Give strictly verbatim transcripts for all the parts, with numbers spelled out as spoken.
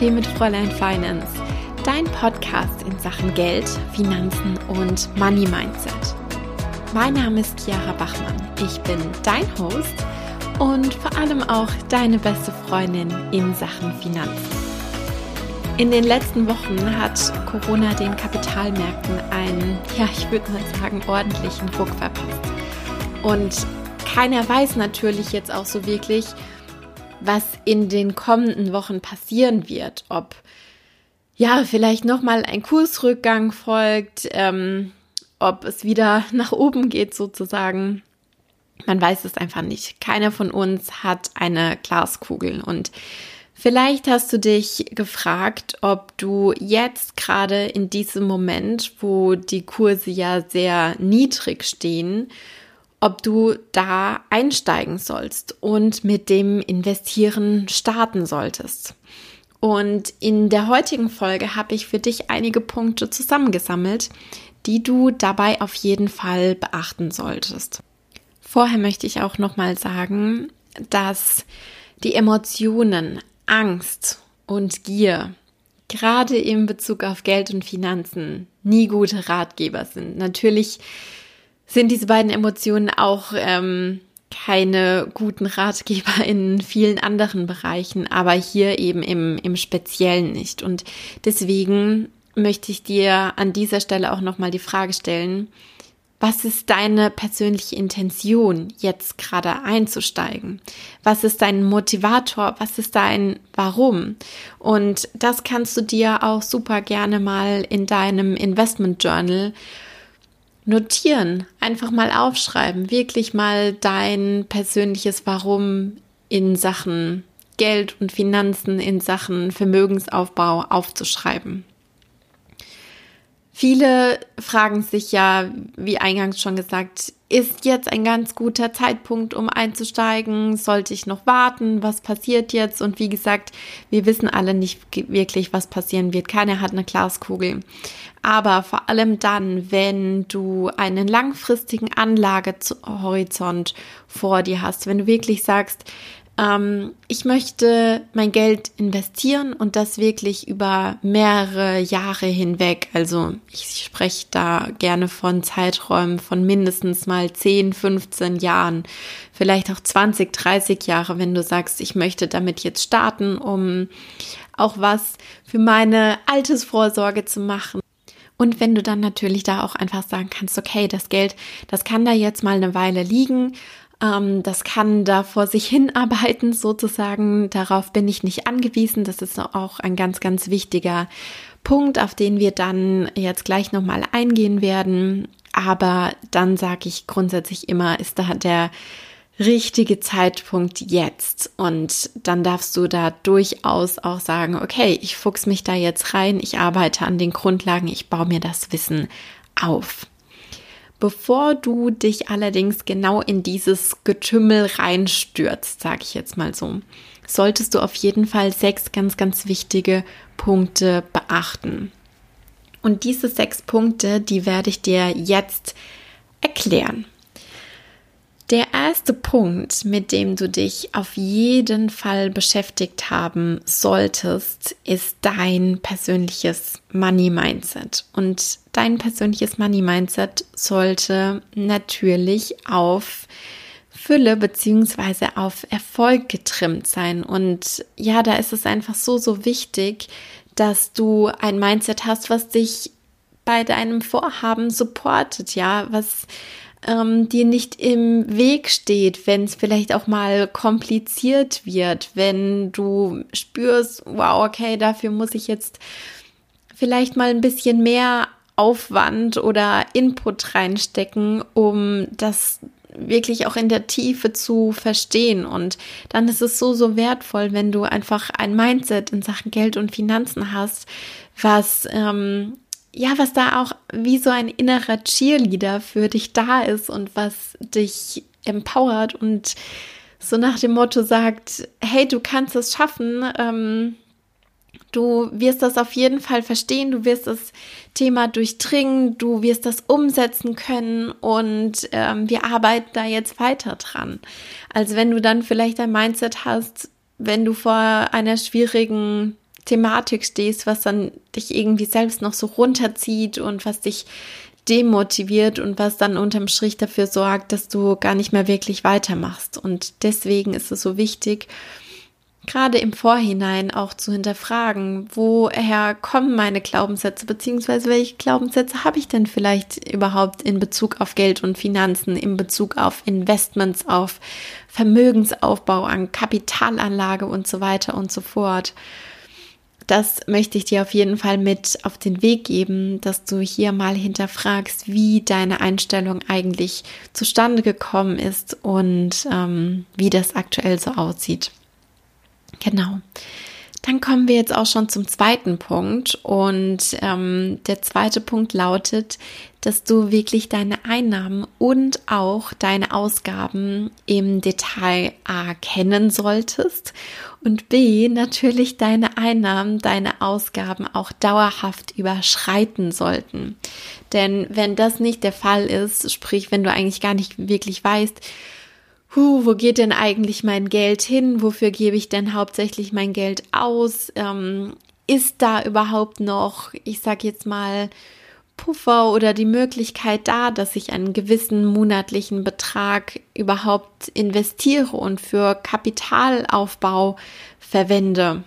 Kaffee mit Fräulein Finance, dein Podcast in Sachen Geld, Finanzen und Money Mindset. Mein Name ist Chiara Bachmann, ich bin dein Host und vor allem auch deine beste Freundin in Sachen Finanzen. In den letzten Wochen hat Corona den Kapitalmärkten einen, ja, ich würde mal sagen, ordentlichen Ruck verpasst. Und keiner weiß natürlich jetzt auch so wirklich, was in den kommenden Wochen passieren wird. Ob ja vielleicht nochmal ein Kursrückgang folgt, ähm, ob es wieder nach oben geht sozusagen. Man weiß es einfach nicht. Keiner von uns hat eine Glaskugel. Und vielleicht hast du dich gefragt, ob du jetzt gerade in diesem Moment, wo die Kurse ja sehr niedrig stehen, ob du da einsteigen sollst und mit dem Investieren starten solltest. Und in der heutigen Folge habe ich für dich einige Punkte zusammengesammelt, die du dabei auf jeden Fall beachten solltest. Vorher möchte ich auch nochmal sagen, dass die Emotionen Angst und Gier gerade in Bezug auf Geld und Finanzen nie gute Ratgeber sind. Natürlich sind diese beiden Emotionen auch ähm, keine guten Ratgeber in vielen anderen Bereichen, aber hier eben im, im Speziellen nicht. Und deswegen möchte ich dir an dieser Stelle auch nochmal die Frage stellen, was ist deine persönliche Intention, jetzt gerade einzusteigen? Was ist dein Motivator? Was ist dein Warum? Und das kannst du dir auch super gerne mal in deinem Investment Journal notieren, einfach mal aufschreiben, wirklich mal dein persönliches Warum in Sachen Geld und Finanzen, in Sachen Vermögensaufbau aufzuschreiben. Viele fragen sich ja, wie eingangs schon gesagt, ist jetzt ein ganz guter Zeitpunkt, um einzusteigen? Sollte ich noch warten? Was passiert jetzt? Und wie gesagt, wir wissen alle nicht wirklich, was passieren wird. Keiner hat eine Glaskugel. Aber vor allem dann, wenn du einen langfristigen Anlagehorizont vor dir hast, wenn du wirklich sagst, ähm, ich möchte mein Geld investieren und das wirklich über mehrere Jahre hinweg. Also ich spreche da gerne von Zeiträumen von mindestens mal zehn, fünfzehn Jahren, vielleicht auch zwanzig, dreißig Jahre, wenn du sagst, ich möchte damit jetzt starten, um auch was für meine Altersvorsorge zu machen. Und wenn du dann natürlich da auch einfach sagen kannst, okay, das Geld, das kann da jetzt mal eine Weile liegen, ähm, das kann da vor sich hinarbeiten sozusagen, darauf bin ich nicht angewiesen. Das ist auch ein ganz, ganz wichtiger Punkt, auf den wir dann jetzt gleich nochmal eingehen werden. Aber dann sage ich grundsätzlich immer, ist da der richtige Zeitpunkt jetzt, und dann darfst du da durchaus auch sagen, okay, ich fuchs mich da jetzt rein, ich arbeite an den Grundlagen, ich baue mir das Wissen auf. Bevor du dich allerdings genau in dieses Getümmel reinstürzt, sage ich jetzt mal so, solltest du auf jeden Fall sechs ganz, ganz wichtige Punkte beachten. Und diese sechs Punkte, die werde ich dir jetzt erklären. Der erste Punkt, mit dem du dich auf jeden Fall beschäftigt haben solltest, ist dein persönliches Money Mindset. Und dein persönliches Money Mindset sollte natürlich auf Fülle bzw. auf Erfolg getrimmt sein. Und ja, da ist es einfach so, so wichtig, dass du ein Mindset hast, was dich bei deinem Vorhaben supportet, ja, was Ähm, dir nicht im Weg steht, wenn es vielleicht auch mal kompliziert wird, wenn du spürst, wow, okay, dafür muss ich jetzt vielleicht mal ein bisschen mehr Aufwand oder Input reinstecken, um das wirklich auch in der Tiefe zu verstehen. Und dann ist es so, so wertvoll, wenn du einfach ein Mindset in Sachen Geld und Finanzen hast, was ähm, ja, was da auch wie so ein innerer Cheerleader für dich da ist und was dich empowert und so nach dem Motto sagt, hey, du kannst es schaffen, ähm, du wirst das auf jeden Fall verstehen, du wirst das Thema durchdringen, du wirst das umsetzen können und ähm, wir arbeiten da jetzt weiter dran. Also wenn du dann vielleicht ein Mindset hast, wenn du vor einer schwierigen Thematik stehst, was dann dich irgendwie selbst noch so runterzieht und was dich demotiviert und was dann unterm Strich dafür sorgt, dass du gar nicht mehr wirklich weitermachst. Und deswegen ist es so wichtig, gerade im Vorhinein auch zu hinterfragen, woher kommen meine Glaubenssätze, beziehungsweise welche Glaubenssätze habe ich denn vielleicht überhaupt in Bezug auf Geld und Finanzen, in Bezug auf Investments, auf Vermögensaufbau, an Kapitalanlage und so weiter und so fort. Das möchte ich dir auf jeden Fall mit auf den Weg geben, dass du hier mal hinterfragst, wie deine Einstellung eigentlich zustande gekommen ist und ähm, wie das aktuell so aussieht. Genau. Dann kommen wir jetzt auch schon zum zweiten Punkt und ähm, der zweite Punkt lautet, dass du wirklich deine Einnahmen und auch deine Ausgaben im Detail A kennen solltest und B natürlich deine Einnahmen, deine Ausgaben auch dauerhaft überschreiten sollten. Denn wenn das nicht der Fall ist, sprich wenn du eigentlich gar nicht wirklich weißt, Huh, wo geht denn eigentlich mein Geld hin? Wofür gebe ich denn hauptsächlich mein Geld aus? Ähm, ist da überhaupt noch, ich sag jetzt mal, Puffer oder die Möglichkeit da, dass ich einen gewissen monatlichen Betrag überhaupt investiere und für Kapitalaufbau verwende?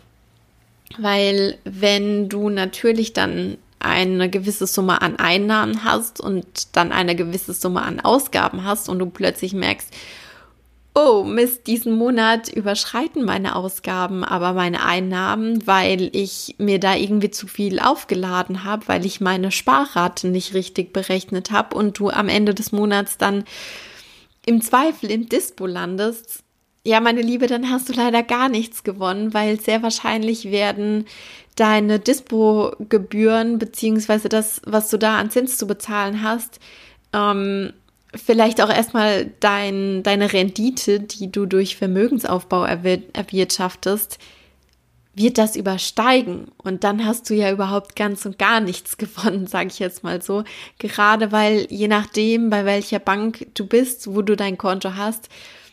Weil wenn du natürlich dann eine gewisse Summe an Einnahmen hast und dann eine gewisse Summe an Ausgaben hast und du plötzlich merkst, oh Mist, diesen Monat überschreiten meine Ausgaben, aber meine Einnahmen, weil ich mir da irgendwie zu viel aufgeladen habe, weil ich meine Sparrate nicht richtig berechnet habe und du am Ende des Monats dann im Zweifel im Dispo landest. Ja, meine Liebe, dann hast du leider gar nichts gewonnen, weil sehr wahrscheinlich werden deine Dispo-Gebühren beziehungsweise das, was du da an Zins zu bezahlen hast, ähm, vielleicht auch erstmal dein, deine Rendite, die du durch Vermögensaufbau erwir- erwirtschaftest, wird das übersteigen. Und dann hast du ja überhaupt ganz und gar nichts gewonnen, sage ich jetzt mal so. Gerade weil je nachdem, bei welcher Bank du bist, wo du dein Konto hast,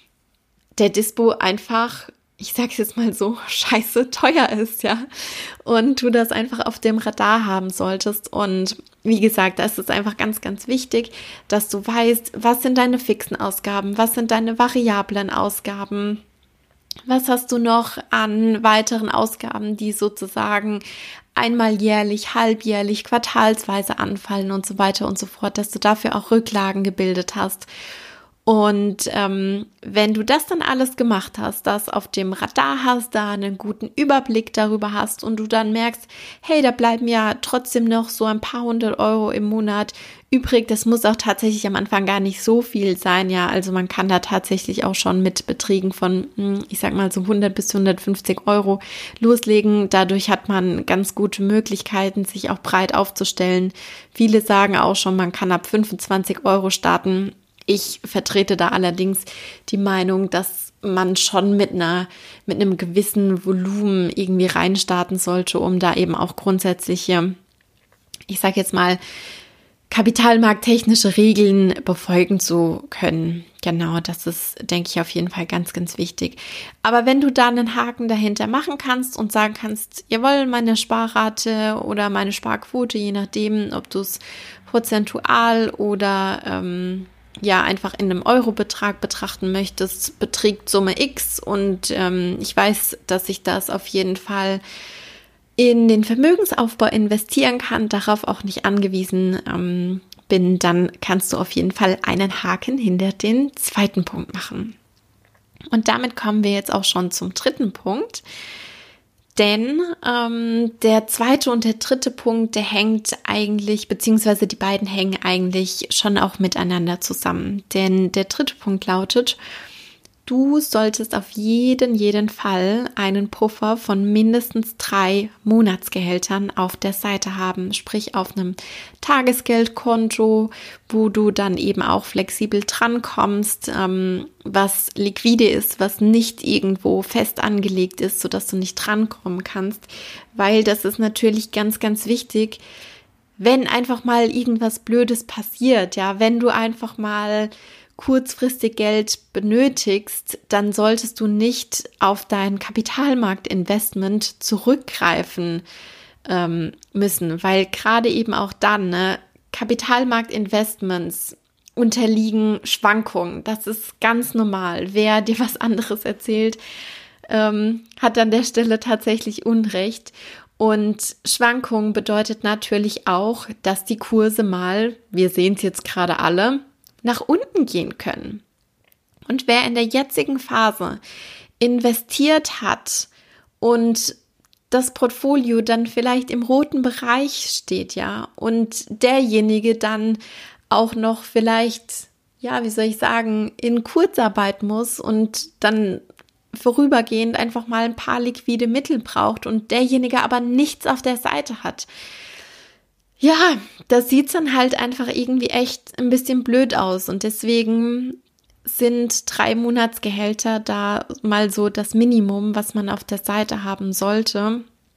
der Dispo einfach, ich sag's jetzt mal so, scheiße teuer ist, ja. Und du das einfach auf dem Radar haben solltest. Und wie gesagt, da ist es einfach ganz, ganz wichtig, dass du weißt, was sind deine fixen Ausgaben, was sind deine variablen Ausgaben, was hast du noch an weiteren Ausgaben, die sozusagen einmal jährlich, halbjährlich, quartalsweise anfallen und so weiter und so fort, dass du dafür auch Rücklagen gebildet hast. Und ähm, wenn du das dann alles gemacht hast, das auf dem Radar hast, da einen guten Überblick darüber hast und du dann merkst, hey, da bleiben ja trotzdem noch so ein paar hundert Euro im Monat übrig. Das muss auch tatsächlich am Anfang gar nicht so viel sein, ja. Also man kann da tatsächlich auch schon mit Beträgen von, ich sag mal so hundert bis hundertfünfzig Euro loslegen. Dadurch hat man ganz gute Möglichkeiten, sich auch breit aufzustellen. Viele sagen auch schon, man kann ab fünfundzwanzig Euro starten. Ich vertrete da allerdings die Meinung, dass man schon mit einer, mit einem gewissen Volumen irgendwie reinstarten sollte, um da eben auch grundsätzliche, ich sage jetzt mal, kapitalmarkttechnische Regeln befolgen zu können. Genau, das ist, denke ich, auf jeden Fall ganz, ganz wichtig. Aber wenn du da einen Haken dahinter machen kannst und sagen kannst, jawohl, meine Sparrate oder meine Sparquote, je nachdem, ob du es prozentual oder ähm, ja einfach in einem Eurobetrag betrachten möchtest, beträgt Summe X und ähm, ich weiß, dass ich das auf jeden Fall in den Vermögensaufbau investieren kann, darauf auch nicht angewiesen ähm, bin, dann kannst du auf jeden Fall einen Haken hinter den zweiten Punkt machen. Und damit kommen wir jetzt auch schon zum dritten Punkt. Denn ähm, der zweite und der dritte Punkt, der hängt eigentlich, beziehungsweise die beiden hängen eigentlich schon auch miteinander zusammen. Denn der dritte Punkt lautet, du solltest auf jeden, jeden Fall einen Puffer von mindestens drei Monatsgehältern auf der Seite haben, sprich auf einem Tagesgeldkonto, wo du dann eben auch flexibel drankommst, ähm, was liquide ist, was nicht irgendwo fest angelegt ist, sodass du nicht drankommen kannst, weil das ist natürlich ganz, ganz wichtig, wenn einfach mal irgendwas Blödes passiert, ja, wenn du einfach mal kurzfristig Geld benötigst, dann solltest du nicht auf dein Kapitalmarktinvestment zurückgreifen ähm, müssen, weil gerade eben auch dann, ne, Kapitalmarktinvestments unterliegen Schwankungen. Das ist ganz normal. Wer dir was anderes erzählt, ähm, hat an der Stelle tatsächlich Unrecht. Und Schwankungen bedeutet natürlich auch, dass die Kurse mal, wir sehen es jetzt gerade alle, nach unten gehen können. Und wer in der jetzigen Phase investiert hat und das Portfolio dann vielleicht im roten Bereich steht, ja, und derjenige dann auch noch vielleicht, ja, wie soll ich sagen, in Kurzarbeit muss und dann vorübergehend einfach mal ein paar liquide Mittel braucht und derjenige aber nichts auf der Seite hat. Ja, das sieht dann halt einfach irgendwie echt ein bisschen blöd aus und deswegen sind drei Monatsgehälter da mal so das Minimum, was man auf der Seite haben sollte,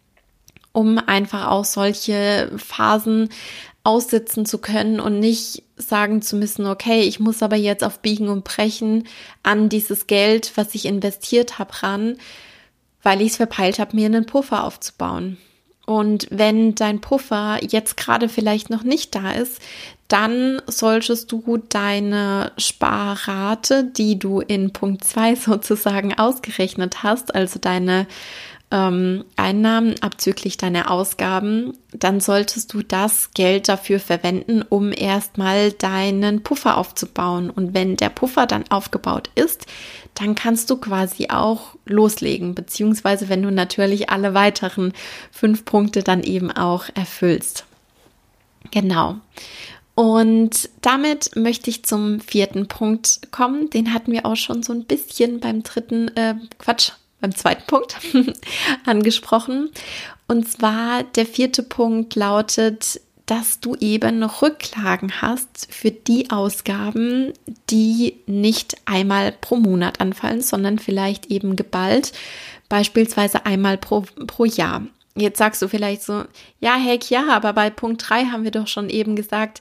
um einfach auch solche Phasen aussitzen zu können und nicht sagen zu müssen, okay, ich muss aber jetzt auf Biegen und Brechen an dieses Geld, was ich investiert habe, ran, weil ich es verpeilt habe, mir einen Puffer aufzubauen. Und wenn dein Puffer jetzt gerade vielleicht noch nicht da ist, dann solltest du deine Sparrate, die du in Punkt zwei sozusagen ausgerechnet hast, also deine ähm, Einnahmen abzüglich deiner Ausgaben, dann solltest du das Geld dafür verwenden, um erstmal deinen Puffer aufzubauen. Und wenn der Puffer dann aufgebaut ist, dann kannst du quasi auch loslegen, beziehungsweise wenn du natürlich alle weiteren fünf Punkte dann eben auch erfüllst. Genau. Und damit möchte ich zum vierten Punkt kommen. Den hatten wir auch schon so ein bisschen beim dritten, äh, Quatsch, beim zweiten Punkt angesprochen. Und zwar der vierte Punkt lautet, dass du eben noch Rücklagen hast für die Ausgaben, die nicht einmal pro Monat anfallen, sondern vielleicht eben geballt, beispielsweise einmal pro, pro Jahr. Jetzt sagst du vielleicht so, ja, Heck, ja, aber bei Punkt drei haben wir doch schon eben gesagt,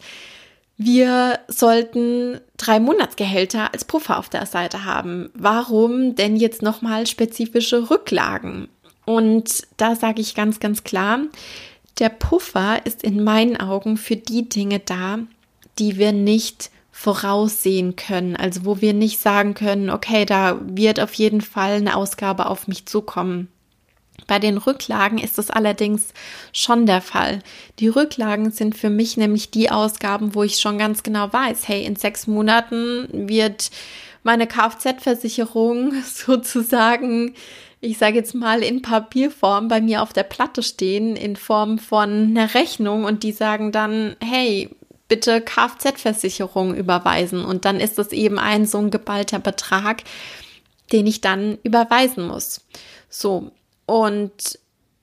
wir sollten drei Monatsgehälter als Puffer auf der Seite haben. Warum denn jetzt nochmal spezifische Rücklagen? Und da sage ich ganz, ganz klar, der Puffer ist in meinen Augen für die Dinge da, die wir nicht voraussehen können. Also wo wir nicht sagen können, okay, da wird auf jeden Fall eine Ausgabe auf mich zukommen. Bei den Rücklagen ist das allerdings schon der Fall. Die Rücklagen sind für mich nämlich die Ausgaben, wo ich schon ganz genau weiß, hey, in sechs Monaten wird meine Kfz-Versicherung sozusagen, ich sage jetzt mal in Papierform bei mir auf der Platte stehen, in Form von einer Rechnung und die sagen dann, hey, bitte Kfz-Versicherung überweisen und dann ist das eben ein so ein geballter Betrag, den ich dann überweisen muss. So. Und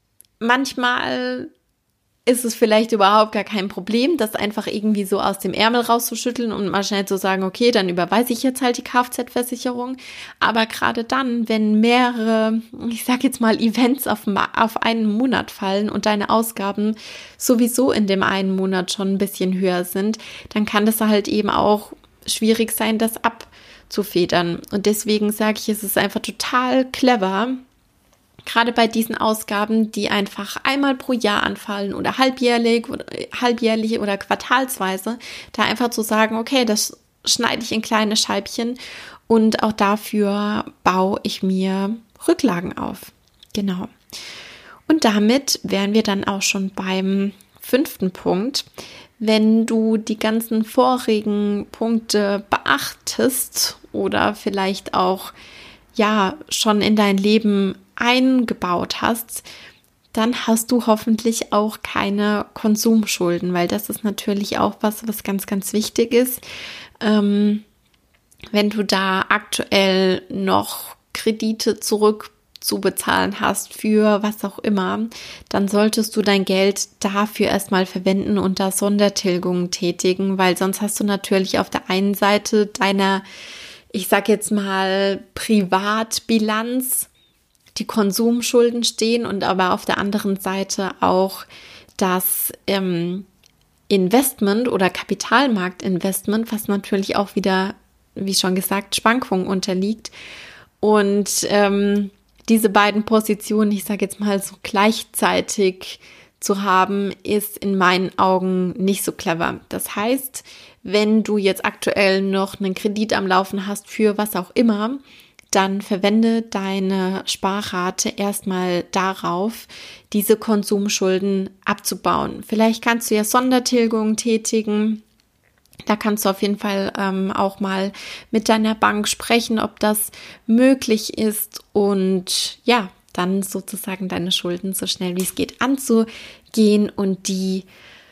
manchmal ist es vielleicht überhaupt gar kein Problem, das einfach irgendwie so aus dem Ärmel rauszuschütteln und mal schnell zu sagen, okay, dann überweise ich jetzt halt die Kfz-Versicherung. Aber gerade dann, wenn mehrere, ich sag jetzt mal, Events auf, auf einen Monat fallen und deine Ausgaben sowieso in dem einen Monat schon ein bisschen höher sind, dann kann das halt eben auch schwierig sein, das abzufedern. Und deswegen sage ich, es ist einfach total clever, gerade bei diesen Ausgaben, die einfach einmal pro Jahr anfallen oder halbjährlich oder halbjährlich oder quartalsweise, da einfach zu sagen, okay, das schneide ich in kleine Scheibchen und auch dafür baue ich mir Rücklagen auf. Genau. Und damit wären wir dann auch schon beim fünften Punkt. Wenn du die ganzen vorigen Punkte beachtest oder vielleicht auch ja schon in dein Leben eingebaut hast, dann hast du hoffentlich auch keine Konsumschulden, weil das ist natürlich auch was, was ganz, ganz wichtig ist. Ähm, wenn du da aktuell noch Kredite zurückzubezahlen hast für was auch immer, dann solltest du dein Geld dafür erstmal verwenden und da Sondertilgungen tätigen, weil sonst hast du natürlich auf der einen Seite deiner, ich sag jetzt mal, Privatbilanz die Konsumschulden stehen und aber auf der anderen Seite auch das ähm, Investment oder Kapitalmarktinvestment, was natürlich auch wieder wie schon gesagt, Schwankungen unterliegt. Und ähm, diese beiden Positionen, ich sage jetzt mal so gleichzeitig zu haben, ist in meinen Augen nicht so clever. Das heißt, wenn du jetzt aktuell noch einen Kredit am Laufen hast für was auch immer, dann verwende deine Sparrate erstmal darauf, diese Konsumschulden abzubauen. Vielleicht kannst du ja Sondertilgungen tätigen. Da kannst du auf jeden Fall ähm, auch mal mit deiner Bank sprechen, ob das möglich ist und ja, dann sozusagen deine Schulden so schnell wie es geht anzugehen und die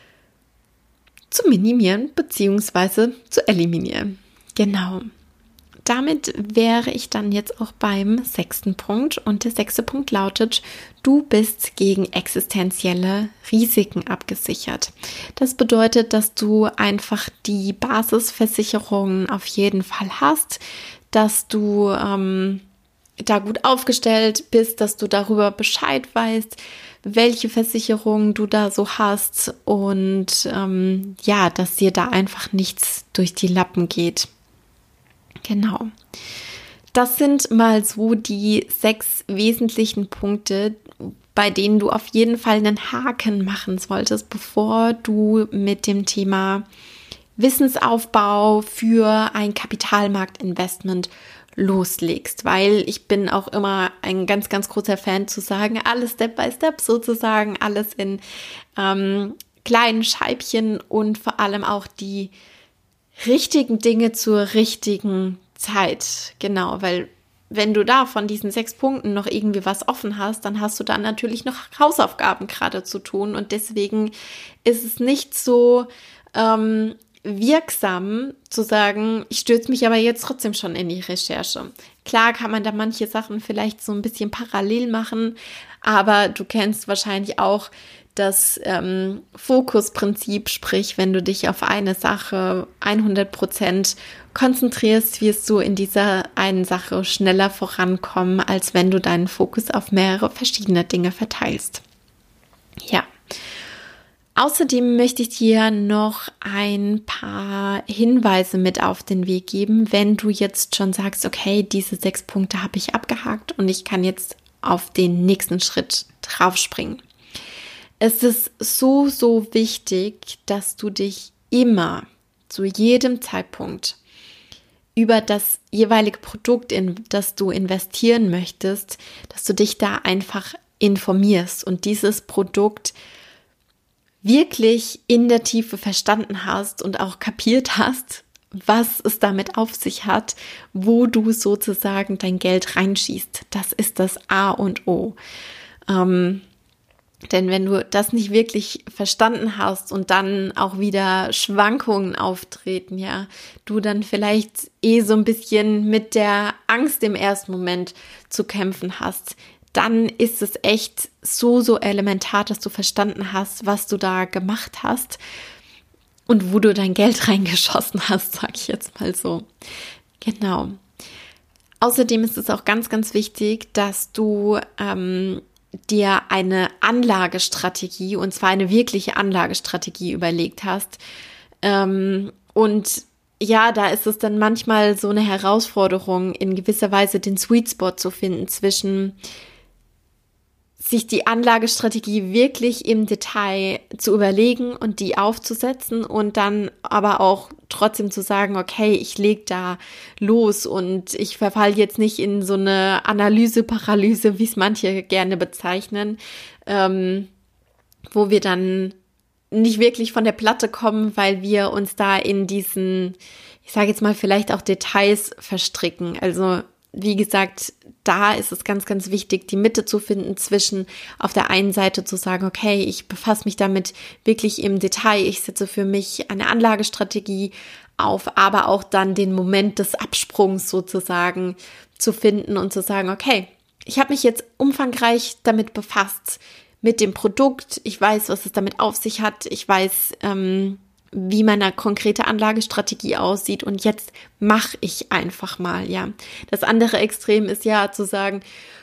zu minimieren bzw. zu eliminieren. Genau. Damit wäre ich dann jetzt auch beim sechsten Punkt und der sechste Punkt lautet, du bist gegen existenzielle Risiken abgesichert. Das bedeutet, dass du einfach die Basisversicherungen auf jeden Fall hast, dass du ähm, da gut aufgestellt bist, dass du darüber Bescheid weißt, welche Versicherungen du da so hast und ähm, ja, dass dir da einfach nichts durch die Lappen geht. Genau. Das sind mal so die sechs wesentlichen Punkte, bei denen du auf jeden Fall einen Haken machen solltest, bevor du mit dem Thema Wissensaufbau für ein Kapitalmarktinvestment loslegst, weil ich bin auch immer ein ganz, ganz großer Fan zu sagen, alles Step by Step sozusagen, alles in ähm, kleinen Scheibchen und vor allem auch die richtigen Dinge zur richtigen Zeit. Genau, weil wenn du da von diesen sechs Punkten noch irgendwie was offen hast, dann hast du dann natürlich noch Hausaufgaben gerade zu tun und deswegen ist es nicht so ähm, wirksam zu sagen, ich stürze mich aber jetzt trotzdem schon in die Recherche. Klar kann man da manche Sachen vielleicht so ein bisschen parallel machen, aber du kennst wahrscheinlich auch das ähm, Fokusprinzip, sprich, wenn du dich auf eine Sache hundert Prozent konzentrierst, wirst du in dieser einen Sache schneller vorankommen, als wenn du deinen Fokus auf mehrere verschiedene Dinge verteilst. Ja. Außerdem möchte ich dir noch ein paar Hinweise mit auf den Weg geben, wenn du jetzt schon sagst, okay, diese sechs Punkte habe ich abgehakt und ich kann jetzt auf den nächsten Schritt draufspringen. Es ist so, so wichtig, dass du dich immer zu jedem Zeitpunkt über das jeweilige Produkt, in das du investieren möchtest, dass du dich da einfach informierst und dieses Produkt wirklich in der Tiefe verstanden hast und auch kapiert hast, was es damit auf sich hat, wo du sozusagen dein Geld reinschießt. Das ist das A und O. Ähm, Denn wenn du das nicht wirklich verstanden hast und dann auch wieder Schwankungen auftreten, ja, du dann vielleicht eh so ein bisschen mit der Angst im ersten Moment zu kämpfen hast, dann ist es echt so, so elementar, dass du verstanden hast, was du da gemacht hast und wo du dein Geld reingeschossen hast, sag ich jetzt mal so. Genau. Außerdem ist es auch ganz, ganz wichtig, dass du ähm, dir eine Anlagestrategie, und zwar eine wirkliche Anlagestrategie überlegt hast. Ähm, und ja, da ist es dann manchmal so eine Herausforderung, in gewisser Weise den Sweet Spot zu finden zwischen sich die Anlagestrategie wirklich im Detail zu überlegen und die aufzusetzen und dann aber auch trotzdem zu sagen, okay, ich lege da los und ich verfalle jetzt nicht in so eine Analyse-Paralyse, wie es manche gerne bezeichnen, ähm, wo wir dann nicht wirklich von der Platte kommen, weil wir uns da in diesen, ich sage jetzt mal, vielleicht auch Details verstricken. Also wie gesagt, da ist es ganz, ganz wichtig, die Mitte zu finden zwischen auf der einen Seite zu sagen, okay, ich befasse mich damit wirklich im Detail, ich setze für mich eine Anlagestrategie auf, aber auch dann den Moment des Absprungs sozusagen zu finden und zu sagen, okay, ich habe mich jetzt umfangreich damit befasst, mit dem Produkt, ich weiß, was es damit auf sich hat, ich weiß, ähm, wie meine konkrete Anlagestrategie aussieht und jetzt mache ich einfach mal, ja. Das andere Extrem ist ja zu sagen,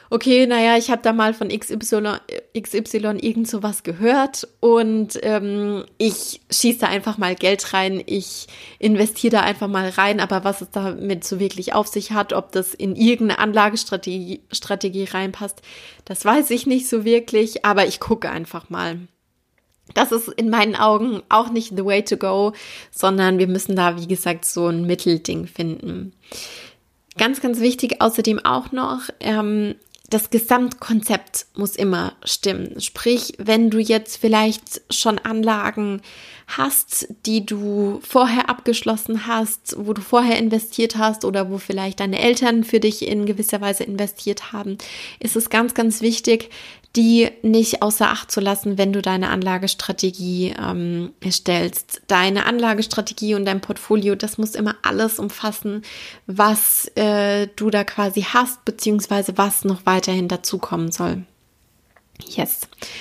okay, naja, ich habe da mal von X Y, X Y irgend sowas gehört und ähm, ich schieße da einfach mal Geld rein, ich investiere da einfach mal rein, aber was es damit so wirklich auf sich hat, ob das in irgendeine Anlagestrategie Strategie reinpasst, das weiß ich nicht so wirklich, aber ich gucke einfach mal. Das ist in meinen Augen auch nicht the way to go, sondern wir müssen da, wie gesagt, so ein Mittelding finden. Ganz, ganz wichtig außerdem auch noch, ähm, das Gesamtkonzept muss immer stimmen. Sprich, wenn du jetzt vielleicht schon Anlagen hast, die du vorher abgeschlossen hast, wo du vorher investiert hast oder wo vielleicht deine Eltern für dich in gewisser Weise investiert haben, ist es ganz, ganz wichtig, die nicht außer Acht zu lassen, wenn du deine Anlagestrategie ähm, erstellst. Deine Anlagestrategie und dein Portfolio, das muss immer alles umfassen, was äh, du da quasi hast, beziehungsweise was noch weiterhin dazukommen soll. Yes.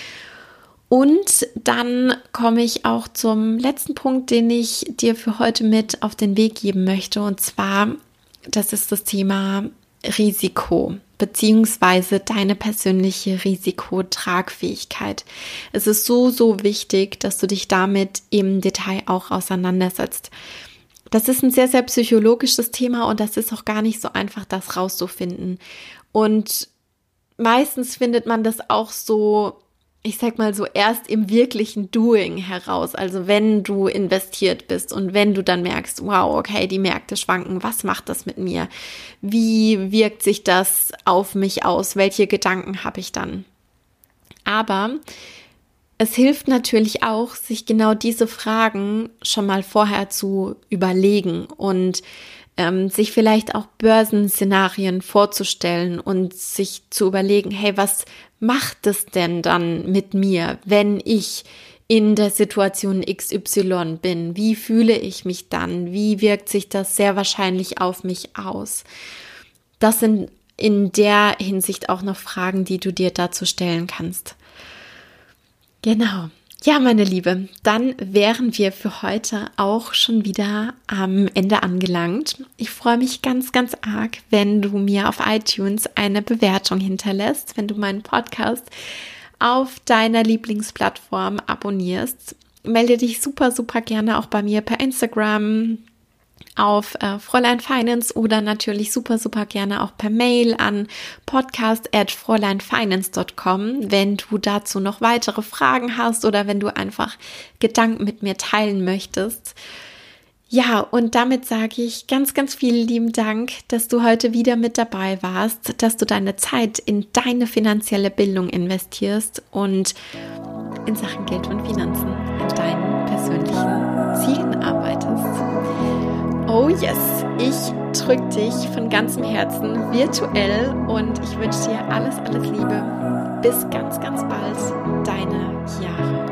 Und dann komme ich auch zum letzten Punkt, den ich dir für heute mit auf den Weg geben möchte. Und zwar, das ist das Thema Risiko, beziehungsweise deine persönliche Risikotragfähigkeit. Es ist so, so wichtig, dass du dich damit im Detail auch auseinandersetzt. Das ist ein sehr, sehr psychologisches Thema und das ist auch gar nicht so einfach, das rauszufinden. Und meistens findet man das auch so, ich sag mal so, erst im wirklichen Doing heraus. Also wenn du investiert bist und wenn du dann merkst, wow, okay, die Märkte schwanken, was macht das mit mir? Wie wirkt sich das auf mich aus? Welche Gedanken habe ich dann? Aber es hilft natürlich auch, sich genau diese Fragen schon mal vorher zu überlegen und ähm, sich vielleicht auch Börsenszenarien vorzustellen und sich zu überlegen, hey, was macht es denn dann mit mir, wenn ich in der Situation X Y bin? Wie fühle ich mich dann? Wie wirkt sich das sehr wahrscheinlich auf mich aus? Das sind in der Hinsicht auch noch Fragen, die du dir dazu stellen kannst. Genau. Ja, meine Liebe, dann wären wir für heute auch schon wieder am Ende angelangt. Ich freue mich ganz, ganz arg, wenn du mir auf iTunes eine Bewertung hinterlässt, wenn du meinen Podcast auf deiner Lieblingsplattform abonnierst. Melde dich super, super gerne auch bei mir per Instagram auf äh, Fräulein Finance oder natürlich super, super gerne auch per Mail an podcast at fräuleinfinance dot com, wenn du dazu noch weitere Fragen hast oder wenn du einfach Gedanken mit mir teilen möchtest. Ja, und damit sage ich ganz, ganz vielen lieben Dank, dass du heute wieder mit dabei warst, dass du deine Zeit in deine finanzielle Bildung investierst und in Sachen Geld und Finanzen in deinen persönlichen Zielen arbeitest. Oh yes, ich drücke dich von ganzem Herzen virtuell und ich wünsche dir alles, alles Liebe. Bis ganz, ganz bald, deine Chiara.